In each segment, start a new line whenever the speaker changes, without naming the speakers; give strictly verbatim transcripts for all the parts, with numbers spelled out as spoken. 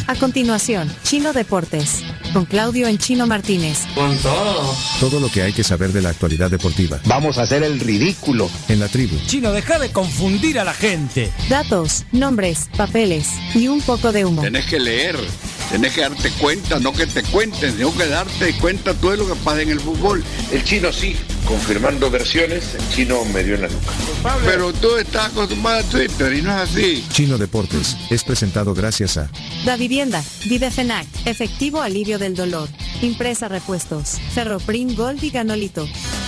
A continuación, Chino Deportes, con Claudio en Chino Martínez.
Con todo.
Todo lo que hay que saber de la actualidad deportiva.
Vamos a hacer el ridículo.
En la tribu.
Chino, deja de confundir a la gente.
Datos, nombres, papeles y un poco de humo.
Tenés que leer, tenés que darte cuenta, no que te cuenten, sino que darte cuenta todo lo que pasa en el fútbol.
El Chino sí, confirmando versiones, el Chino me dio en la nuca.
Pero tú estás acostumbrado a Twitter y no es así.
Chino Deportes es presentado gracias a
Da Vivienda, Videfenac, efectivo alivio del dolor, Impresa Repuestos, Ferroprim Gold y Ganolito.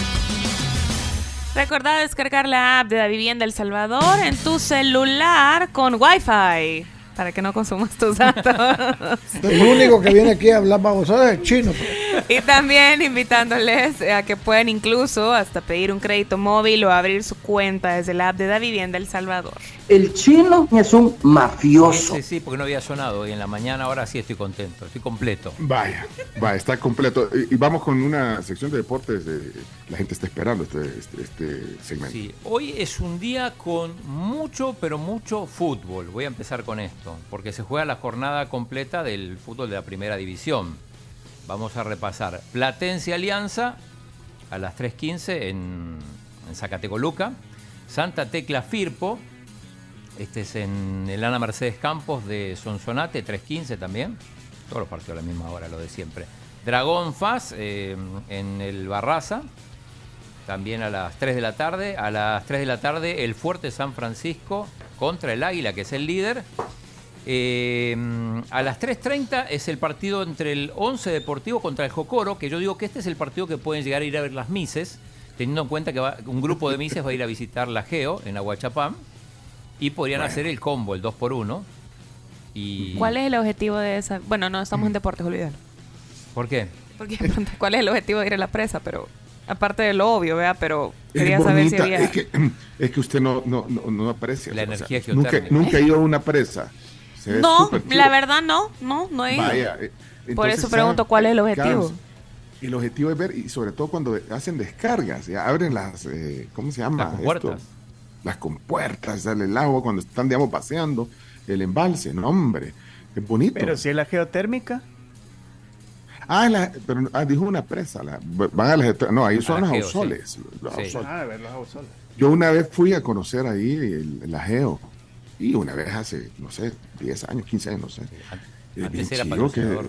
Recordá descargar la app de Da Vivienda El Salvador en tu celular con Wi-Fi para que no consumas tus datos.
El único que viene aquí a hablar babosadas es el Chino.
Y también invitándoles a que puedan incluso hasta pedir un crédito móvil o abrir su cuenta desde la app de Da Vivienda El Salvador.
El Chino es un mafioso.
Sí, sí, porque no había sonado hoy en la mañana, ahora sí estoy contento, estoy completo.
Vaya, vaya, está completo. Y, y vamos con una sección de deportes, de, la gente está esperando este, este, este segmento.
Sí, hoy es un día con mucho, pero mucho fútbol. Voy a empezar con esto, porque se juega la jornada completa del fútbol de la primera división. Vamos a repasar Platense Alianza a las tres quince en, en Zacatecoluca, Santa Tecla Firpo, este es en el Ana Mercedes Campos de Sonsonate, tres quince también, todos los partidos a la misma hora, lo de siempre. Dragón Faz eh, en el Barraza, también a las tres de la tarde, a las tres de la tarde el Fuerte San Francisco contra el Águila, que es el líder. Eh, a las tres treinta es el partido entre el Once Deportivo contra el Jocoro, que yo digo que este es el partido que pueden llegar a ir a ver las Mises, teniendo en cuenta que va, un grupo de Mises va a ir a visitar la Geo en Aguachapán y podrían bueno. hacer el combo, el dos por uno. Y...
¿Cuál es el objetivo de esa? Bueno, no, estamos en deportes, olvídalo.
¿Por qué?
Porque ¿cuál es el objetivo de ir a la presa? Pero aparte de lo obvio, ¿vea? Pero quería saber si había...
Es que, es que usted no, no, no, no aprecia.
La energía
o sea, nunca, nunca he ido a una presa.
No, la verdad no, no, no he ido. Vaya, eh, Por eso pregunto cuál es el objetivo.
Claro, el objetivo es ver, y sobre todo cuando hacen descargas, ya abren las, eh, ¿cómo se llama?
Las compuertas. Esto?
Las compuertas, sale el agua cuando están, digamos, paseando, el embalse, no hombre, es bonito.
Pero si es la geotérmica.
Ah, la, pero ah, dijo una presa, la, van a las, no, ahí son los ausoles. Los
sí.
ausoles.
Ah, a ver, los ausoles.
Yo una vez fui a conocer ahí el, la Geo. Y una vez hace, no sé, diez años, quince años, no sé.
Sí, antes era patrocinador.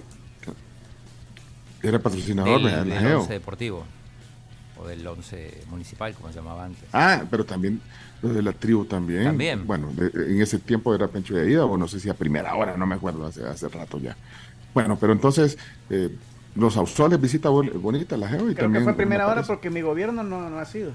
Que, era patrocinador
del,
de
del Once Deportivo. O del Once Municipal, como se llamaba antes.
Ah, pero también lo de la tribu también.
También.
Bueno, de, en ese tiempo era Pencho de Aida, o no sé si a primera hora, no me acuerdo, hace, hace rato ya. Bueno, pero entonces... Eh, los Ausoles, visita bonita la Geo. Y
Creo
también
que fue primera hora porque mi gobierno no, no ha sido.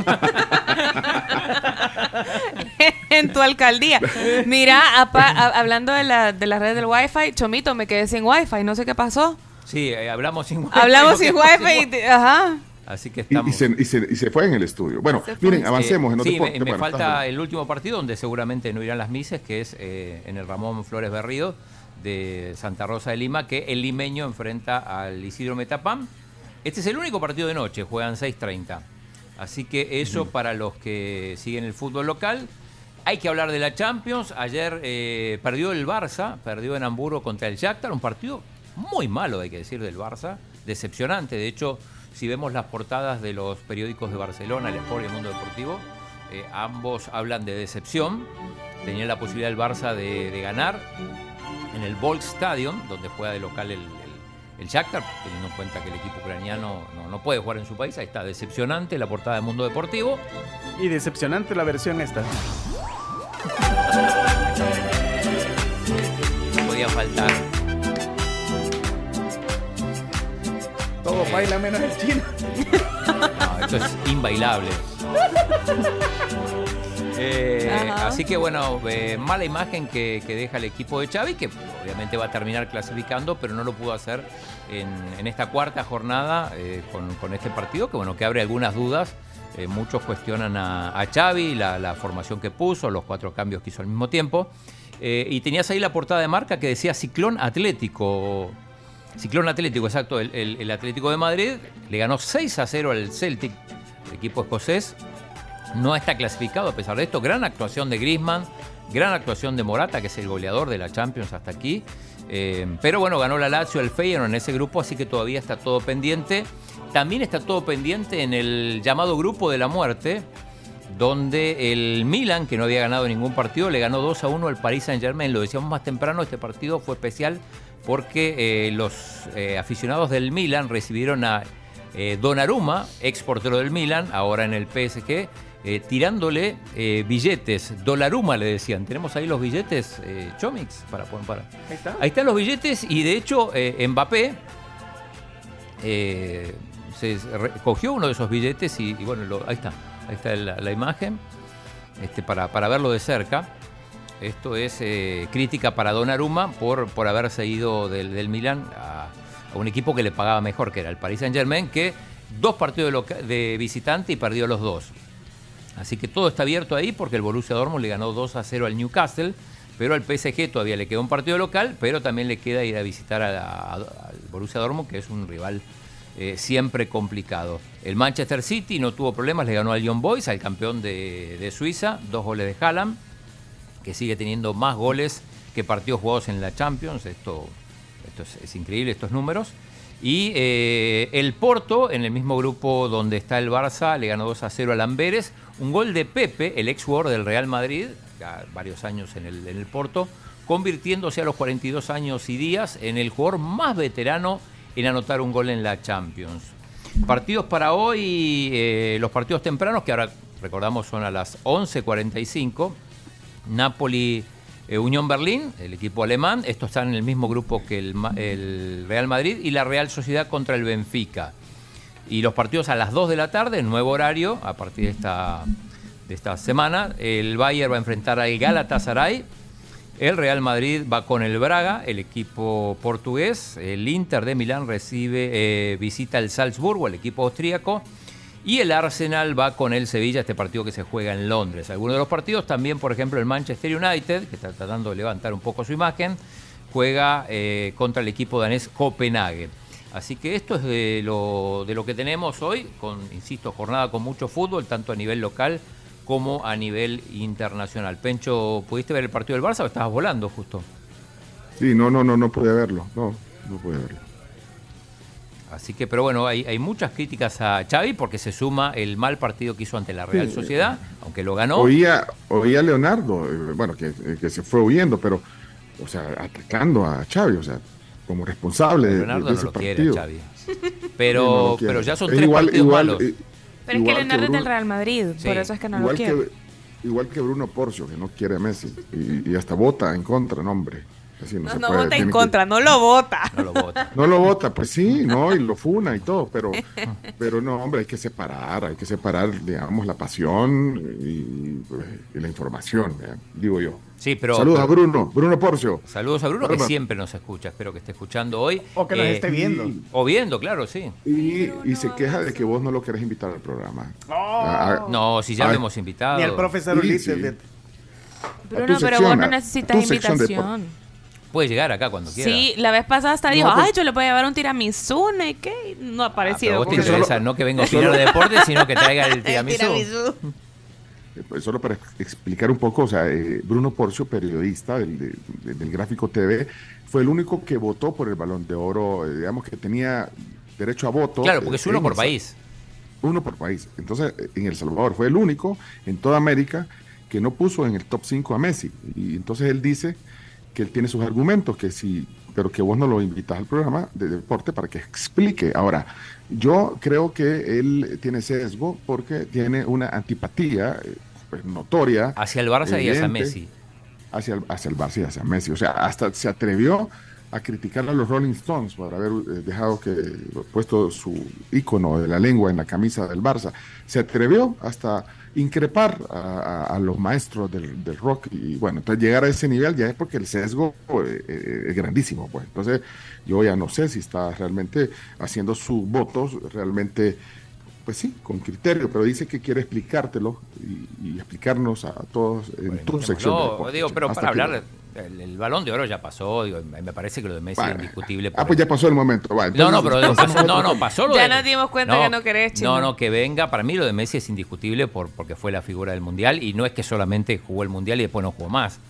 En tu alcaldía. Mira, apa, a, hablando de la, de la red del Wi-Fi, Chomito, me quedé sin Wi-Fi, no sé qué pasó.
Sí, eh, hablamos sin Wi-Fi.
Hablamos sin Wi-Fi, y te, ajá.
Así que estamos.
Y, y, se, y, se, y se fue en el estudio. Bueno, miren, avancemos.
Eh,
en
sí,
deporte.
me, me
bueno,
falta el último partido donde seguramente no irán las Mises, que es eh, en el Ramón Flores Berrío de Santa Rosa de Lima, que el limeño enfrenta al Isidro Metapán. Este es el único partido de noche, juegan seis treinta. Así que eso uh-huh. para los que siguen el fútbol local. Hay que hablar de la Champions. Ayer eh, perdió el Barça, perdió en Hamburgo contra el Shakhtar, un partido muy malo, hay que decir, del Barça, decepcionante. De hecho, si vemos las portadas de los periódicos de Barcelona, El Sport y El Mundo Deportivo, eh, ambos hablan de decepción. Tenía la posibilidad el Barça de, de ganar en el Volksstadion, donde juega de local el, el, el Shakhtar, teniendo en cuenta que el equipo ucraniano no, no puede jugar en su país. Ahí está, decepcionante la portada de Mundo Deportivo.
Y decepcionante la versión esta.
No podía faltar.
Todo eh, baila menos el Chino.
No, esto es inbailable. Eh, así que bueno, eh, mala imagen que, que deja el equipo de Xavi, que obviamente va a terminar clasificando, pero no lo pudo hacer en, en esta cuarta jornada eh, con, con este partido, que bueno, que abre algunas dudas. Eh, muchos cuestionan a, a Xavi, la, la formación que puso, los cuatro cambios que hizo al mismo tiempo. Eh, y tenías ahí la portada de marca que decía Ciclón Atlético. Ciclón Atlético, exacto. El, el, el Atlético de Madrid le ganó seis a cero al Celtic, el equipo escocés. No está clasificado a pesar de esto. Gran actuación de Griezmann, gran actuación de Morata, que es el goleador de la Champions hasta aquí. Eh, pero bueno, ganó la Lazio, el Feyenoord en ese grupo, así que todavía está todo pendiente. También está todo pendiente en el llamado grupo de la muerte, donde el Milan, que no había ganado ningún partido, le ganó dos a uno al Paris Saint-Germain. Lo decíamos más temprano, este partido fue especial porque eh, los eh, aficionados del Milan recibieron a eh, Donnarumma, ex portero del Milan, ahora en el P S G, eh, tirándole eh, billetes. Donnarumma le decían. Tenemos ahí los billetes, eh, Chomix, para poner para.
Ahí está.
Ahí están los billetes y de hecho eh, Mbappé eh, se cogió uno de esos billetes y, y bueno, lo, ahí está. Ahí está la, la imagen, este, para, para verlo de cerca. Esto es eh, crítica para Donnarumma por, por haberse ido del, del Milan a, a un equipo que le pagaba mejor, que era el Paris Saint-Germain, que dos partidos de, loca, de visitante y perdió los dos. Así que todo está abierto ahí porque el Borussia Dortmund le ganó dos a cero al Newcastle, pero al P S G todavía le queda un partido local, pero también le queda ir a visitar a, a, al Borussia Dortmund, que es un rival Eh, siempre complicado. El Manchester City no tuvo problemas, le ganó al Young Boys, al campeón de, de Suiza, dos goles de Haaland, que sigue teniendo más goles que partidos jugados en la Champions. Esto, esto es, es increíble, estos números. Y eh, el Porto, en el mismo grupo donde está el Barça, le ganó dos a cero al Amberes. Un gol de Pepe, el ex jugador del Real Madrid, ya varios años en el, en el Porto, convirtiéndose a los cuarenta y dos años y días en el jugador más veterano en anotar un gol en la Champions. Partidos para hoy, eh, los partidos tempranos, que ahora recordamos son a las once cuarenta y cinco. Napoli, eh, Unión Berlín, el equipo alemán. Estos están en el mismo grupo que el, el Real Madrid. Y la Real Sociedad contra el Benfica. Y los partidos a las dos de la tarde, nuevo horario, a partir de esta, de esta semana. El Bayern va a enfrentar al Galatasaray. El Real Madrid va con el Braga, el equipo portugués. El Inter de Milán recibe, eh, visita el Salzburgo, el equipo austríaco. Y el Arsenal va con el Sevilla, este partido que se juega en Londres. Algunos de los partidos también, por ejemplo, el Manchester United, que está tratando de levantar un poco su imagen, juega eh, contra el equipo danés Copenhague. Así que esto es de lo, de lo que tenemos hoy, con, insisto, jornada con mucho fútbol, tanto a nivel local como a nivel internacional. Pencho, ¿pudiste ver el partido del Barça o estabas volando justo?
Sí, no, no, no, no pude verlo, no, no pude verlo.
Así que, pero bueno, hay, hay muchas críticas a Xavi porque se suma el mal partido que hizo ante la Real sí, Sociedad, aunque lo ganó.
Oía, oía a Leonardo, eh, bueno, que, que se fue huyendo, pero, o sea, atacando a Xavi, o sea, como responsable de,
Leonardo
de ese
no lo
partido.
quiere, Xavi. Pero, sí, no pero ya son
es
tres
igual,
partidos
igual,
malos.
Eh,
Pero igual es que Leonardo es del Real Madrid, sí. Por eso es que no
igual
lo quiere.
Que, igual que Bruno Porcio, que no quiere a Messi, y, y hasta vota en contra, no hombre. Así no,
no,
se
no
puede,
vota en
que...
contra, no lo vota.
No lo vota.
No lo vota, pues sí, no, y lo funa y todo, pero, pero no, hombre, hay que separar, hay que separar, digamos, la pasión y, y la información, ¿eh? Digo yo.
Sí, pero,
saludos
pero,
a Bruno, Bruno Porcio.
Saludos a Bruno,
Palma.
Que siempre nos escucha, espero que esté escuchando hoy.
O que nos eh, esté viendo.
O viendo, claro, sí.
Y, y se queja de que vos no lo querés invitar al programa.
Oh.
A, a,
no, si ya
a,
lo hemos invitado.
Ni al profesor
sí,
Ulises.
Sí.
Bruno, pero vos no necesitas invitación.
Puede llegar acá cuando quiera.
Sí, la vez pasada hasta dijo,
no, pues,
ay, yo le puedo llevar un tiramisú, ¿y qué? No ha aparecido.
Ah, pero vos te interesa solo, no que venga a opinar de deporte, sino que traiga el tiramisú. El tiramisú.
Pues solo para explicar un poco, o sea, eh, Bruno Porcio, periodista del, de, del Gráfico T V, fue el único que votó por el Balón de Oro, eh, digamos que tenía derecho a voto.
Claro, porque es uno por
el,
país.
Uno por país. Entonces, en El Salvador fue el único en toda América que no puso en el top cinco a Messi. Y entonces él dice que él tiene sus argumentos, que sí, pero que vos no lo invitas al programa de deporte para que explique. Ahora, yo creo que él tiene sesgo porque tiene una antipatía pues, notoria.
Hacia el Barça evidente, y hacia Messi.
Hacia el, hacia el Barça y hacia Messi. O sea, hasta se atrevió a criticar a los Rolling Stones por haber eh, dejado que puesto su ícono de la lengua en la camisa del Barça. Se atrevió hasta increpar a, a, a los maestros del, del rock y bueno, entonces llegar a ese nivel ya es porque el sesgo eh, eh, es grandísimo, pues. Entonces yo ya no sé si está realmente haciendo sus votos realmente, pues sí, con criterio, pero dice que quiere explicártelo y, y explicarnos a todos en bueno, tu sección.
No,
de deportes,
digo, pero para
que...
hablar, el, el Balón de Oro ya pasó, digo, me parece que lo de Messi bueno, es indiscutible.
Ah, pues el... ya pasó el momento. Va, entonces,
no, no, pero pasó, no, no, pasó lo
ya
de...
nos dimos cuenta
no,
que no querés, Chino.
No, no, que venga, para mí lo de Messi es indiscutible por, porque fue la figura del Mundial y no es que solamente jugó el Mundial y después no jugó más.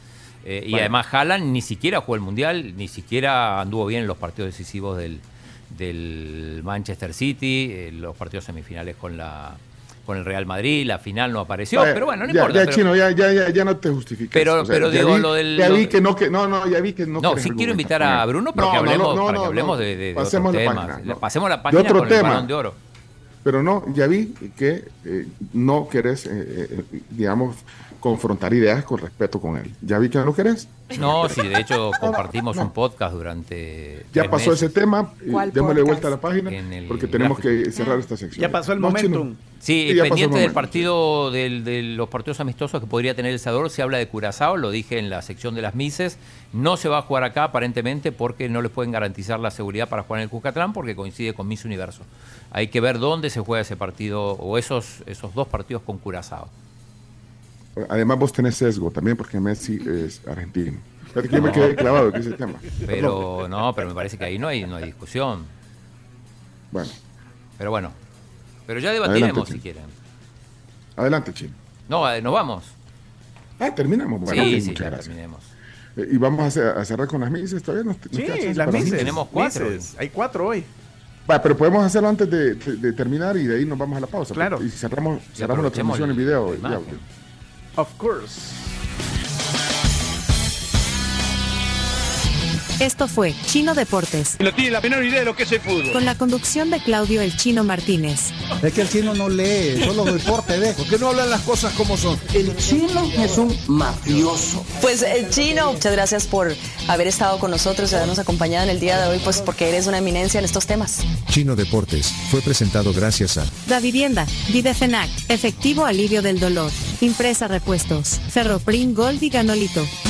Eh, y
Bueno.
además Haaland ni siquiera jugó el Mundial, ni siquiera anduvo bien en los partidos decisivos del, del Manchester City, eh, los partidos semifinales con la con el Real Madrid, la final no apareció,
Vaya,
pero bueno, no
ya,
importa.
Ya,
pero,
Chino, ya, ya, ya, ya no te justifiques.
Pero-
O sea,
pero
ya
digo,
vi-
lo del-
Ya
lo
vi
de-
que no, que, no, no, ya vi que no
No,
quieres
sí quiero
argumentar
invitar
con
a
él.
Bruno para
No,
que
no,
hablemos,
no,
para
no,
que hablemos
no.
de, de, de
Pasemos
otros
la
temas.
página,
Le-
no.
Pasemos la
De
página
otro
con el
tema.
Balón de Oro.
Pero no, ya vi que eh, no querés, eh, eh, digamos, confrontar ideas con respeto con él. Ya vi que no lo querés.
No, sí, de hecho compartimos un podcast durante.
Ya
tres
pasó
meses.
ese tema. eh,
¿Cuál
Démosle
podcast?
vuelta a la página
En el
porque tenemos
gráfico.
que cerrar esta sección.
Ya pasó el
No, Chino.
momentum.
Sí,
Sí, ya pasó el
pendiente del
momento.
partido, del, de los partidos amistosos que podría tener El Salvador, se habla de Curazao, lo dije en la sección de las Mises. No se va a jugar acá aparentemente porque no les pueden garantizar la seguridad para jugar en el Cuscatlán porque coincide con Miss Universo. Hay que ver dónde se juega ese partido o esos, esos dos partidos con Curazao.
Además, vos tenés sesgo también porque Messi es argentino. Fíjate que yo me quedé clavado con ese tema.
Pero no, pero me parece que ahí no hay, no hay discusión.
Bueno,
Pero bueno, pero ya debatiremos
Adelante,
si
Chino.
quieren.
adelante, Chino.
No, eh, nos vamos.
Ah, terminamos. Bueno,
sí,
ok,
sí,
muchas
ya
gracias.
terminemos.
Eh, y vamos a, hacer- a cerrar con las mises. Todavía nos, nos
Sí,
queda chance
las
para
mises.
Tenemos cuatro.
Mises. Hay cuatro hoy.
Va, pero podemos hacerlo antes de, de- de terminar y de ahí nos vamos a la pausa.
Claro.
Y cerramos,
Y
cerramos la
aprovechemos
transmisión en
el-
video.
el
y
mapa.
audio.
Of course.
Esto fue Chino Deportes,
No tiene la menor idea de lo que es el fútbol.
con la conducción de Claudio El Chino Martínez.
Es que el chino no lee, solo deporte ve. ¿Por qué no hablan las cosas como son?
El chino es un mafioso.
Pues eh, Chino, muchas gracias por haber estado con nosotros y habernos acompañado en el día de hoy, pues porque eres una eminencia en estos temas.
Chino Deportes fue presentado gracias a
Da Vivienda, Videfenac, Efectivo Alivio del Dolor, Impresa Repuestos, Ferroprim Gold y Ganolito.